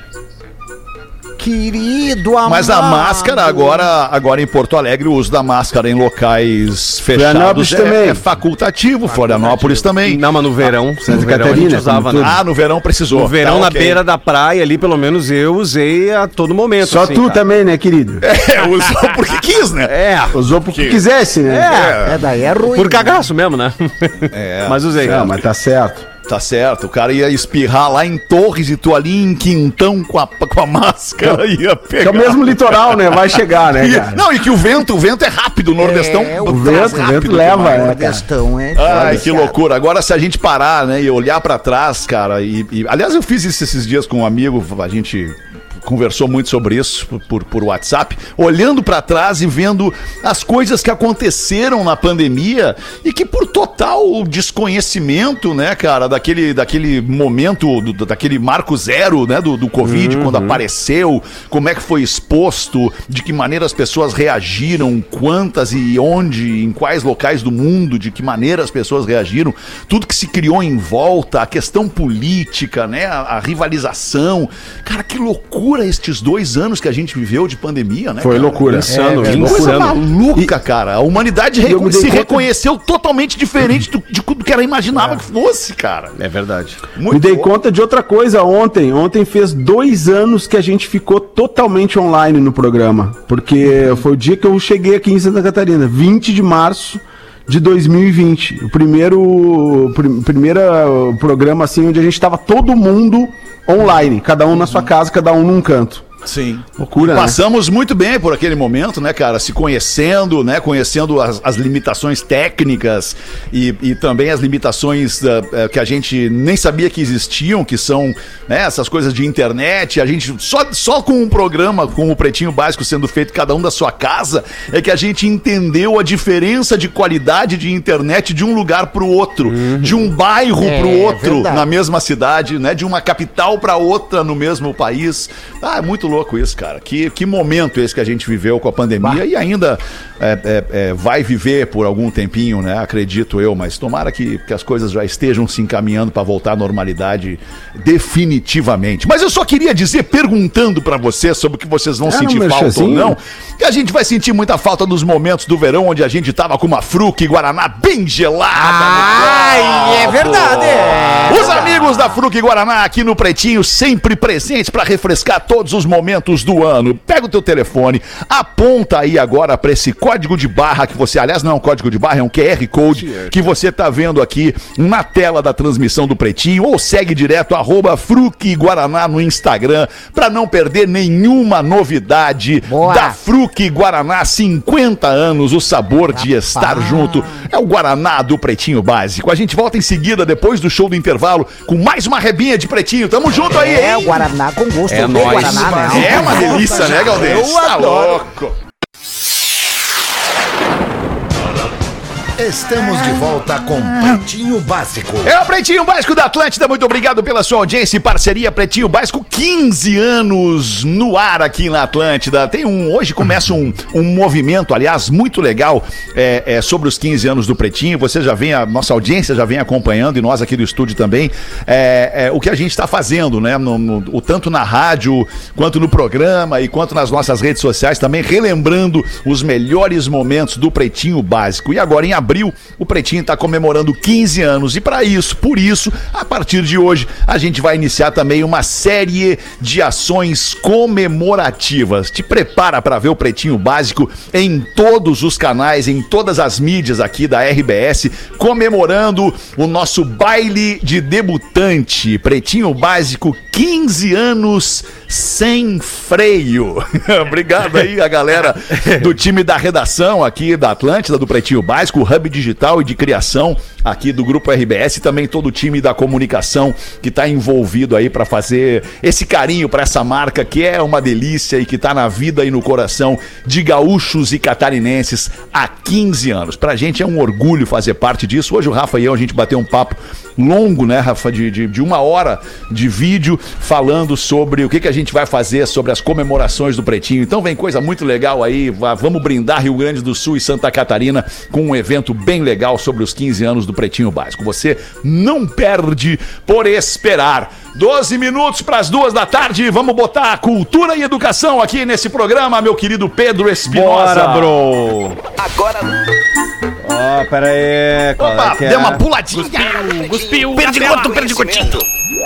Querido amado. Mas a máscara agora, agora em Porto Alegre, o uso da máscara em locais fechados é, também. é facultativo. Florianópolis também. Não, mas no verão, Santa no verão Catarina, a gente usava, né? Ah, no verão precisou. No verão, tá, na okay. beira da praia ali, pelo menos eu usei a todo momento. Só assim, tu cara. também, né, querido? É, usou porque quis, né? É. Usou porque Que... quisesse, né? É, é, daí é ruim. Por cagaço mesmo, né? É. Mas usei. Não, mas tá certo. Tá certo, o cara ia espirrar lá em Torres e tu ali em Quintão com a, com a máscara ia pegar. Que é o mesmo litoral, né? Vai chegar, né, E, cara? não, e que o vento, o vento é rápido, o Nordestão. É, O vento, o vento leva, O é, cara. Nordestão é. Ai, que loucura. Agora, se a gente parar, né, e olhar pra trás, cara, e, e... Aliás, eu fiz isso esses dias com um amigo, a gente conversou muito sobre isso por, por, por WhatsApp, olhando pra trás e vendo as coisas que aconteceram na pandemia e que por total desconhecimento, né, cara, daquele, daquele momento, do, daquele marco zero, né, do, do Covid, uhum. quando apareceu, como é que foi exposto, de que maneira as pessoas reagiram, quantas e onde, em quais locais do mundo, de que maneira as pessoas reagiram, tudo que se criou em volta, a questão política, né, a, a rivalização. Cara, que loucura estes dois anos que a gente viveu de pandemia, né? Foi cara? loucura. Insano, é, é, Coisa insano. maluca, e, cara. A humanidade reco- se conta... reconheceu totalmente diferente do, de, do que ela imaginava é. que fosse, cara. É verdade. Muito me dei bom. conta de outra coisa ontem. Ontem fez dois anos que a gente ficou totalmente online no programa. Porque foi o dia que eu cheguei aqui em Santa Catarina, vinte de março de dois mil e vinte. O primeiro, pr- primeiro programa assim onde a gente estava todo mundo online, cada um na sua casa, cada um num canto. Sim. Loucura, Passamos né? muito bem por aquele momento, né, cara? Se conhecendo, né? Conhecendo as, as limitações técnicas e, e também as limitações uh, uh, que a gente nem sabia que existiam, que são né, essas coisas de internet. A gente, só, só com um programa, com o Pretinho Básico sendo feito cada um da sua casa, é que a gente entendeu a diferença de qualidade de internet de um lugar pro outro, uhum. de um bairro é, pro outro verdade. na mesma cidade, né? De uma capital pra outra no mesmo país. Ah, é muito louco isso, cara. Que, que momento esse que a gente viveu com a pandemia bah. e ainda é, é, é, vai viver por algum tempinho, né? Acredito eu, mas tomara que, que as coisas já estejam se encaminhando para voltar à normalidade definitivamente. Mas eu só queria dizer, perguntando para vocês sobre o que vocês vão é, sentir não falta assim. ou não, que a gente vai sentir muita falta dos momentos do verão onde a gente tava com uma Fruc Guaraná bem gelada. Ai, é verdade. É. Os amigos da Fruc Guaraná aqui no Pretinho, sempre presentes para refrescar todos os momentos do ano. Pega o teu telefone, aponta aí agora para esse código de barra que você, aliás, não é um código de barra, é um Q R Code que você tá vendo aqui na tela da transmissão do Pretinho, ou segue direto arroba Fruc Guaraná no Instagram para não perder nenhuma novidade Boa. da Fruc Guaraná. Cinquenta anos, o sabor de estar junto. É o Guaraná do Pretinho Básico. A gente volta em seguida, depois do show do intervalo, com mais uma rebinha de Pretinho. Tamo junto aí, hein? É, o Guaraná com gosto. É nóis. Guaraná, né? É uma delícia, né, Galdês? Tá louco. Estamos de volta com Pretinho Básico. É o Pretinho Básico da Atlântida, muito obrigado pela sua audiência e parceria. Pretinho Básico, quinze anos no ar aqui na Atlântida. Tem um, hoje começa um, um movimento, aliás, muito legal é, é, sobre os quinze anos do Pretinho. Você já vem, a nossa audiência já vem acompanhando e nós aqui do estúdio também, é, é, o que a gente está fazendo, né? No, no, o, tanto na rádio, quanto no programa e quanto nas nossas redes sociais também, relembrando os melhores momentos do Pretinho Básico. E agora, em abril, o Pretinho está comemorando quinze anos e para isso, por isso, a partir de hoje, a gente vai iniciar também uma série de ações comemorativas. Te prepara para ver o Pretinho Básico em todos os canais, em todas as mídias aqui da R B S, comemorando o nosso baile de debutante. Pretinho Básico, quinze anos sem freio. Obrigado aí a galera do time da redação aqui da Atlântida, do Pretinho Básico, o Hub Digital e de Criação aqui do Grupo R B S, e também todo o time da comunicação que está envolvido aí para fazer esse carinho para essa marca que é uma delícia e que está na vida e no coração de gaúchos e catarinenses há quinze anos. Pra gente é um orgulho fazer parte disso. Hoje o Rafa e eu, a gente bateu um papo longo, né, Rafa, de, de, de uma hora de vídeo falando sobre o que, que a gente vai fazer sobre as comemorações do Pretinho. Então vem coisa muito legal aí, vamos brindar Rio Grande do Sul e Santa Catarina com um evento bem legal sobre os quinze anos do Pretinho Básico. Você não perde por esperar. doze minutos para as duas da tarde, vamos botar cultura e educação aqui nesse programa, meu querido Pedro Espinosa. Bora, bro! Agora... Ó, oh, pera aí. Opa, é? deu uma puladinha. Cuspiu. Perdigoto, perdigotinho.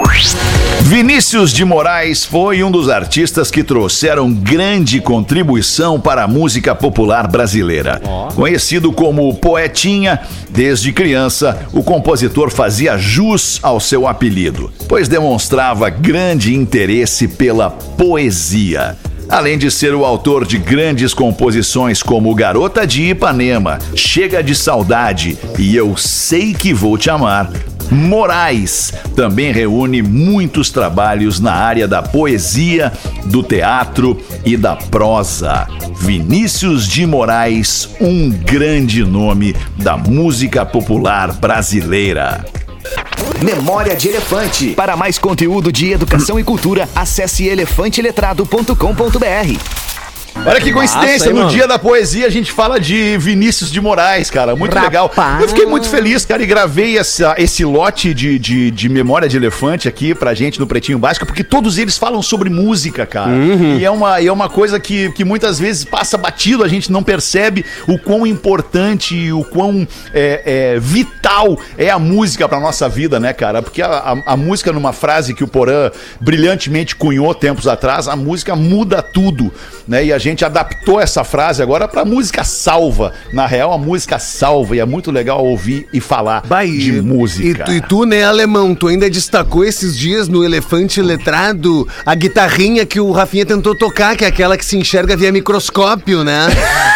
Vinícius de Moraes foi um dos artistas que trouxeram grande contribuição para a música popular brasileira. Oh. Conhecido como Poetinha, desde criança, o compositor fazia jus ao seu apelido, pois demonstrava grande interesse pela poesia. Além de ser o autor de grandes composições como Garota de Ipanema, Chega de Saudade e Eu Sei Que Vou Te Amar, Moraes também reúne muitos trabalhos na área da poesia, do teatro e da prosa. Vinícius de Moraes, um grande nome da música popular brasileira. Memória de Elefante. Para mais conteúdo de educação e cultura, acesse elefante letrado ponto com ponto b r. Olha que coincidência, no Dia da Poesia a gente fala de Vinícius de Moraes, cara, muito Rapaz. legal. Eu fiquei muito feliz, cara, e gravei essa, esse lote de, de, de Memória de Elefante aqui pra gente no Pretinho Básico, porque todos eles falam sobre música, cara. Uhum. E é uma, é uma coisa que, que muitas vezes passa batido, a gente não percebe o quão importante e o quão é, é, vital é a música pra nossa vida, né, cara? Porque a, a, a música, numa frase que o Porã brilhantemente cunhou tempos atrás, a música muda tudo, né? E a gente A gente adaptou essa frase agora pra música salva. Na real, a música salva, e é muito legal ouvir e falar bah, de e, música. E tu, e tu, né, alemão, tu ainda destacou esses dias no Elefante Letrado a guitarrinha que o Rafinha tentou tocar, que é aquela que se enxerga via microscópio, né?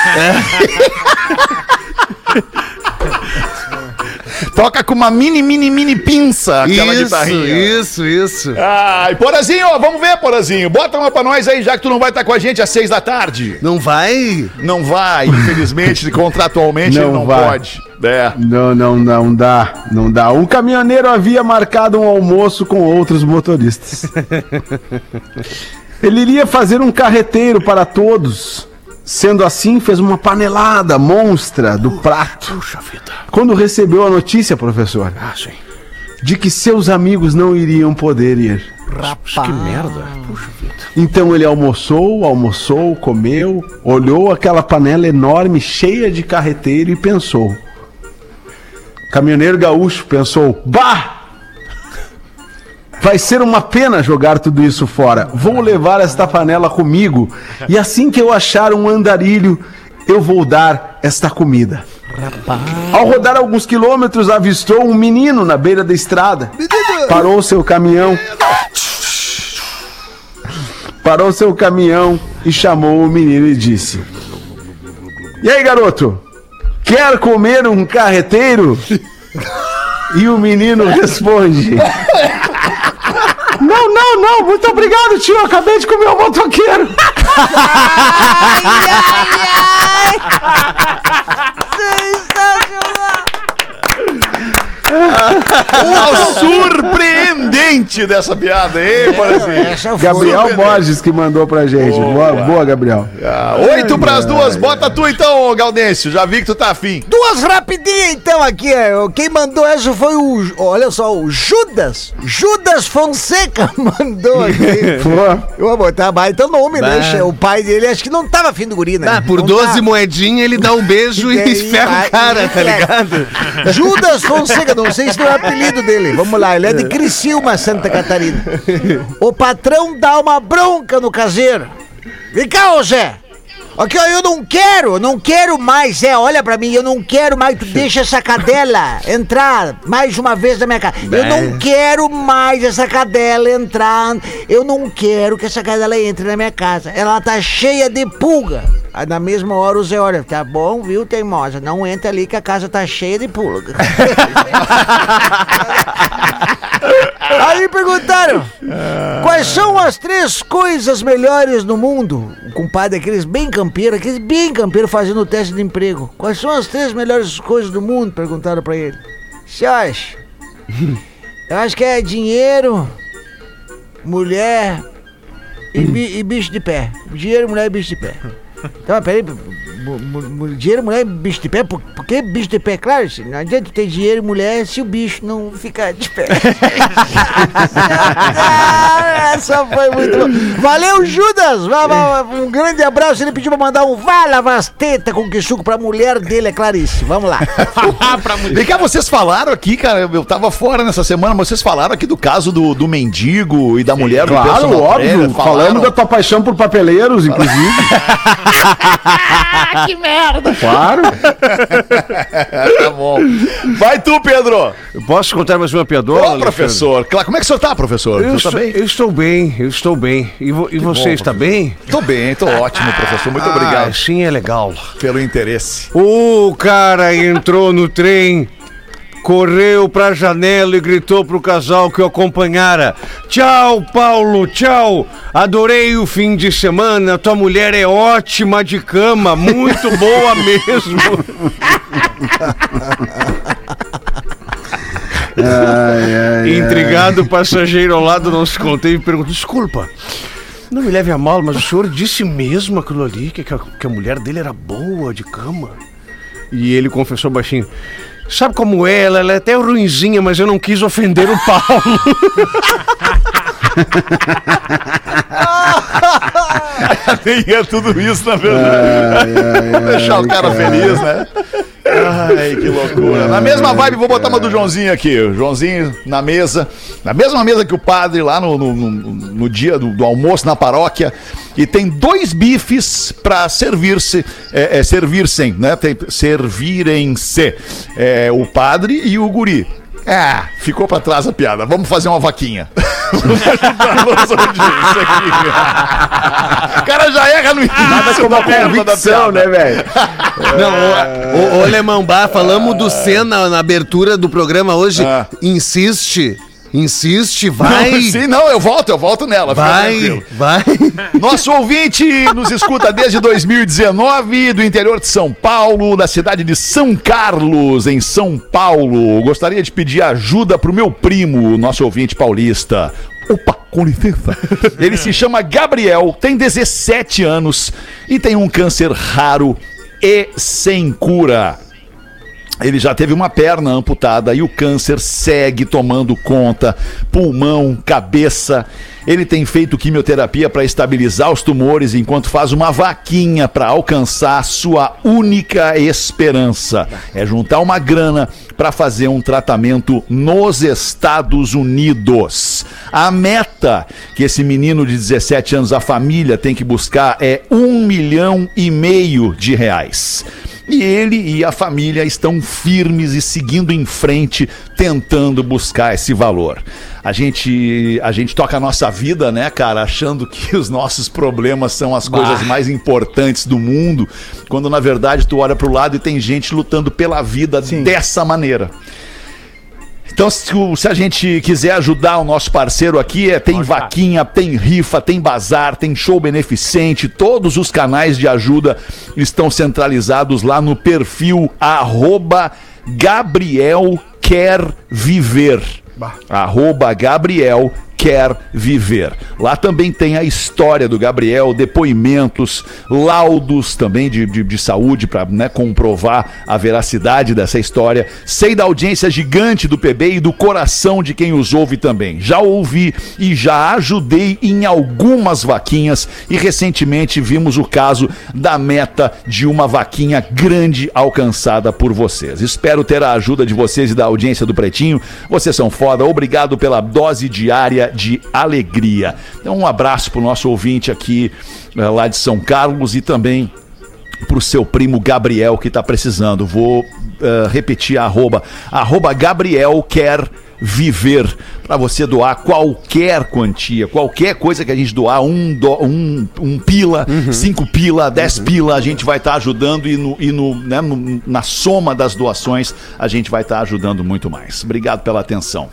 é. Toca com uma mini, mini, mini pinça aquela isso, guitarrinha. Isso, isso. Ai, Porazinho, ó, vamos ver, Porazinho. Bota uma pra nós aí, já que tu não vai estar com a gente às seis da tarde. Não vai? Não vai, infelizmente, contratualmente não ele não vai. pode. É. Não, não, não dá, não dá. Um caminhoneiro havia marcado um almoço com outros motoristas. Ele iria fazer um carreteiro para todos. Sendo assim, fez uma panelada monstra do prato. Puxa vida. Quando recebeu a notícia, professor, ah, sim. de que seus amigos não iriam poder ir. Rapaz, que merda. Puxa vida. Então ele almoçou, almoçou, comeu, olhou aquela panela enorme, cheia de carreteiro e pensou. Caminhoneiro gaúcho pensou, bah! Vai ser uma pena jogar tudo isso fora. Vou levar esta panela comigo e assim que eu achar um andarilho, eu vou dar esta comida. Rapaz. Ao rodar alguns quilômetros, avistou um menino na beira da estrada. Parou seu caminhão. Parou seu caminhão e chamou o menino e disse: E aí, garoto? Quer comer um carreteiro? E o menino responde: Não, não, não, muito obrigado, tio, eu acabei de comer um motoqueiro. Ai, ai, ai. Sensacional. O surpreendente dessa piada, hein, Borazinho? Essa foi. Gabriel Borges que mandou pra gente. Boa, boa Gabriel. Ah, Oito pras duas, bota tu então, Gaudêncio. Já vi que tu tá afim. Duas rapidinhas então aqui. ó. Quem mandou essa foi o. Olha só, o Judas. Judas Fonseca mandou aqui. Pô. Eu vou botar baita nome, né? O pai dele acho que não tava afim do guri, né? Ah, por Não doze tá. moedinhas ele dá um beijo E e daí esfera vai- o cara, tá ligado? Judas Fonseca, não sei se não é o apelido dele. Vamos lá, ele é de Criciúma, Santa Catarina. O patrão dá uma bronca no caseiro. Vem cá, ô Zé. Aqui, ó, eu não quero, não quero mais, Zé, olha pra mim, eu não quero mais, tu deixa essa cadela entrar mais uma vez na minha casa. Eu não quero mais essa cadela entrar, eu não quero que essa cadela entre na minha casa. Ela tá cheia de pulga. Aí na mesma hora o Zé olha, tá bom, viu, teimosa, não entra ali que a casa tá cheia de pulga. Aí perguntaram, quais são as três coisas melhores no mundo? O compadre, aqueles bem campeiros, aqueles bem campeiros fazendo o teste de emprego. Quais são as três melhores coisas do mundo? Perguntaram pra ele. Você acha? Eu acho que é dinheiro, mulher e, bi- e bicho de pé. Dinheiro, mulher e bicho de pé. Então, peraí, mu- mu- mu- dinheiro, mulher e bicho de pé? Por, por que bicho de pé? Claro, se não adianta ter dinheiro e mulher se o bicho não ficar de pé. Ah, essa foi muito boa. Valeu, Judas! Vá, vá, um grande abraço. Ele pediu pra mandar um vá lavar as tetas com que suco pra mulher dele, é Clarice. Vamos lá. pra mulher. Vem cá, vocês falaram aqui, cara, eu tava fora nessa semana, mas vocês falaram aqui do caso do, do mendigo e da mulher do Claro, personal óbvio. trainer, falaram. Falando da tua paixão por papeleiros, inclusive. Que merda! Claro. Tá bom. Vai tu, Pedro! Eu posso contar mais uma piadola? Ô, professor. Claro, como é que o senhor tá, professor? Eu, O senhor tá estou, bem? eu estou bem, eu estou bem. E, vo- e você bom, está bem? Tô bem, tô ótimo, professor. Muito Ah, obrigado sim, é legal. pelo interesse. O cara entrou no trem, correu pra janela e gritou pro casal que o acompanhara: tchau, Paulo, tchau. Adorei o fim de semana. Tua mulher é ótima de cama, muito boa mesmo. Ai, ai, Intrigado, o passageiro ao lado não se conteve e perguntou: desculpa, não me leve a mal, mas o senhor disse mesmo aquilo ali, que, que, a, que a mulher dele era boa de cama? E ele confessou baixinho: sabe como é? Ela, ela é até ruinzinha, mas eu não quis ofender o Paulo. Nem é tudo isso, na verdade. Vamos deixar o cara feliz, né? Ai, que loucura. Na mesma vibe, vou botar uma do Joãozinho aqui. O Joãozinho na mesa, na mesma mesa que o padre lá no, no, no, no dia do, do almoço na paróquia. E tem dois bifes pra servir-se, é, é, servir-se, né? Tem, servirem-se. É, o padre e o guri. Ah, ficou pra trás a piada. Vamos fazer uma vaquinha. Vamos ajudar a nossa audiência aqui. O cara já erra no início. Nada como a convicção, né, velho? Não, ô, ô, ô Lemão Bar, falamos do Senna na abertura do programa hoje. Ah. Insiste, insiste, vai. Não, sim, não, eu volto, eu volto nela. fica Vai, tranquilo. vai. Nosso ouvinte nos escuta desde dois mil e dezenove, do interior de São Paulo, da cidade de São Carlos, em São Paulo. Gostaria de pedir ajuda pro meu primo, nosso ouvinte paulista. Opa, com licença. Ele se chama Gabriel, tem dezessete anos e tem um câncer raro e sem cura. Ele já teve uma perna amputada e o câncer segue tomando conta, pulmão, cabeça. Ele tem feito quimioterapia para estabilizar os tumores enquanto faz uma vaquinha para alcançar sua única esperança. É juntar uma grana para fazer um tratamento nos Estados Unidos. A meta que esse menino de dezessete anos, a família, tem que buscar é um milhão e meio de reais. E ele e a família estão firmes e seguindo em frente, tentando buscar esse valor. A gente, a gente toca a nossa vida, né, cara, achando que os nossos problemas são as coisas mais importantes do mundo, quando na verdade tu olha pro lado e tem gente lutando pela vida Sim. dessa maneira. Então, se, o- se a gente quiser ajudar o nosso parceiro aqui, é, tem Pode vaquinha, tem rifa, tem bazar, tem show beneficente, todos os canais de ajuda estão centralizados lá no perfil arroba Gabriel Quer Viver. Arroba Gabriel Quer Viver. Lá também tem a história do Gabriel, depoimentos, laudos também de, de, de saúde para, né, comprovar a veracidade dessa história. Sei da audiência gigante do P B e do coração de quem os ouve também. Já ouvi e já ajudei em algumas vaquinhas e recentemente vimos o caso da meta de uma vaquinha grande alcançada por vocês. Espero ter a ajuda de vocês e da audiência do Pretinho. Vocês são foda. Obrigado pela dose diária de alegria. Então um abraço pro nosso ouvinte aqui lá de São Carlos e também pro seu primo Gabriel que tá precisando. Vou uh, repetir a arroba, arroba Gabriel Quer Viver, para você doar qualquer quantia, qualquer coisa que a gente doar, um, do, um, um pila, uhum. cinco pila, dez uhum. pila, a gente vai estar tá ajudando e, no, e no, né, no, na soma das doações a gente vai estar tá ajudando muito mais. Obrigado pela atenção.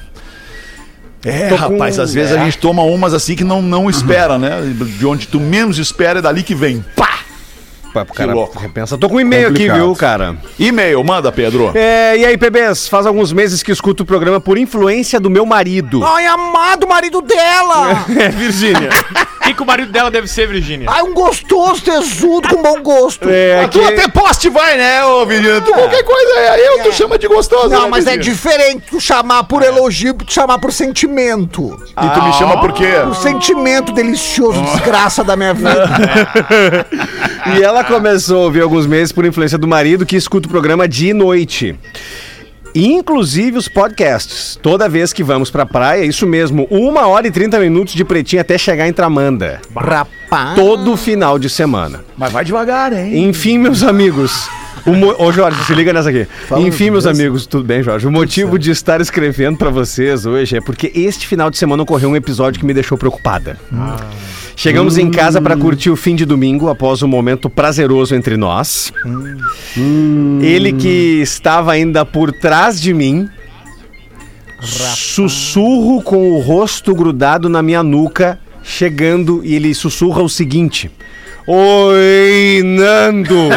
É, rapaz, com... às vezes é. a gente toma umas assim que não, não espera, uhum. né? De onde tu menos espera é dali que vem. Pá! Pá, cara, repensa. Tô com um e-mail Complicado. aqui, viu, cara? E-mail, manda, Pedro. É, e aí, P Bs, faz alguns meses que escuto o programa por influência do meu marido. Ai, amado marido dela! É, Virgínia. O que, que o marido dela deve ser, Virgínia? Ai, um gostoso, tesudo, com bom gosto. É, que... Tu até poste vai, né, ô Virgínia? Tu é. qualquer coisa é eu, é. tu chama de gostoso. Não, né, mas Virgínia? é diferente tu chamar por elogio e tu chamar por sentimento. Ah. E tu me chama por quê? O sentimento delicioso, oh. desgraça da minha vida. E ela começou a ouvir alguns meses por influência do marido que escuta o programa dia e noite. Inclusive os podcasts. Toda vez que vamos pra praia, isso mesmo, uma hora e trinta minutos de Pretinho até chegar em Tramanda. Rapaz. Todo final de semana. Mas vai devagar, hein? Enfim, meus amigos... O mo... Ô Jorge, se liga nessa aqui. Fala. Enfim, meus amigos, tudo bem, Jorge? O motivo de estar escrevendo pra vocês hoje é porque este final de semana ocorreu um episódio que me deixou preocupada. Ah. Chegamos hum. em casa pra curtir o fim de domingo após um momento prazeroso entre nós. Hum. Ele que estava ainda por trás de mim, Rapaz. sussurro com o rosto grudado na minha nuca, chegando e ele sussurra o seguinte: Oi, Nando!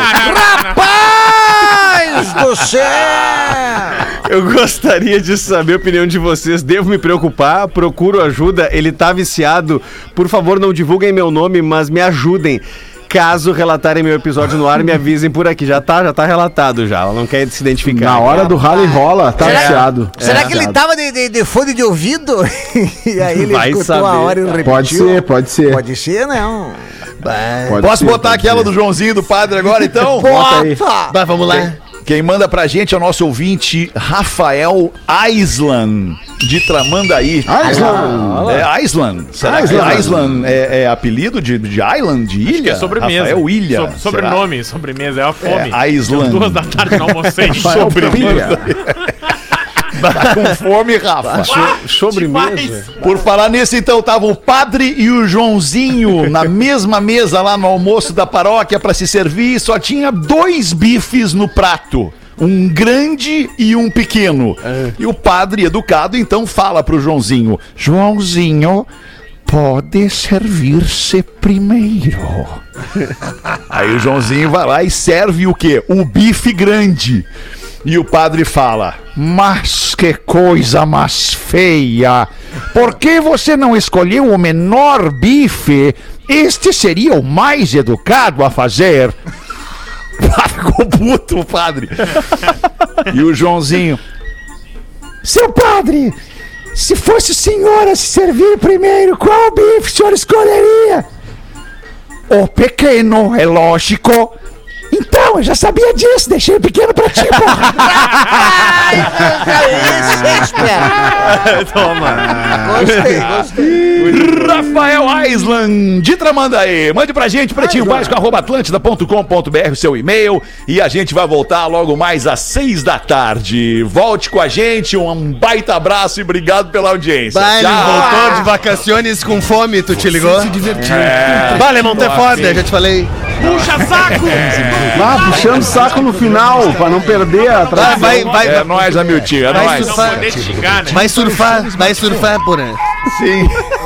Rapaz do céu! Eu gostaria de saber a opinião de vocês. Devo me preocupar? Procuro ajuda? Ele tá viciado? Por favor, não divulguem meu nome, mas me ajudem. Caso relatarem meu episódio no ar, me avisem por aqui. Já tá, já tá relatado já. Ela não quer se identificar. Na hora do rala e rola, tá será, viciado. Será é. que ele tava de, de, de fone de ouvido? E aí ele Vai escutou saber. a hora e repetiu? Pode ser, pode ser. Pode ser, não. Pode Posso ser, botar aquela ser. do Joãozinho do padre agora, então? Bota aí. Vai, vamos lá. Quem manda pra gente é o nosso ouvinte Rafael Aislan, de Tramandaí. Aislan. É Aislan. Será Aislan. que Aislan é, é apelido de, de Island, de ilha? Acho que é sobremesa. Rafael Ilha. So, sobrenome, sobremesa, é a fome. É, Aislan. Deu duas da tarde, não almocei. Sobremesa. Tá com fome, Rafa. Sobremesa. Por falar nisso, então, tava o padre e o Joãozinho na mesma mesa lá no almoço da paróquia pra se servir e só tinha dois bifes no prato. Um grande e um pequeno. É. E o padre, educado, então fala pro Joãozinho: Joãozinho, pode servir-se primeiro. Aí o Joãozinho vai lá e serve o quê? O bife grande. E o padre fala: mas que coisa mais feia! Por que você não escolheu o menor bife? Este seria o mais educado a fazer. Ficou puto o padre. E o Joãozinho: seu padre, se fosse o senhor a se servir primeiro, qual bife o senhor escolheria? O pequeno, é lógico. Então, eu já sabia disso, deixei o pequeno pra ti, porra. Toma. Gostei, gostei. Rafael Aislan, de Tramandaí. Mande pra gente, pretinho básico, arroba atlântida ponto com ponto br, o seu e-mail. E a gente vai voltar logo mais às seis da tarde. Volte com a gente, um baita abraço e obrigado pela audiência. Vale, voltou de vacaciones com fome, tu te ligou? Se divertiu. É. Vale, não ter foda, já te falei. Puxa saco! Ah, puxando o saco no final, pra não perder a tradição. Vai, vai, vai. É nóis, Amiltinho, é vai nóis. surfar, não poder xingar, né? vai surfar, vai surfar, porra. Sim.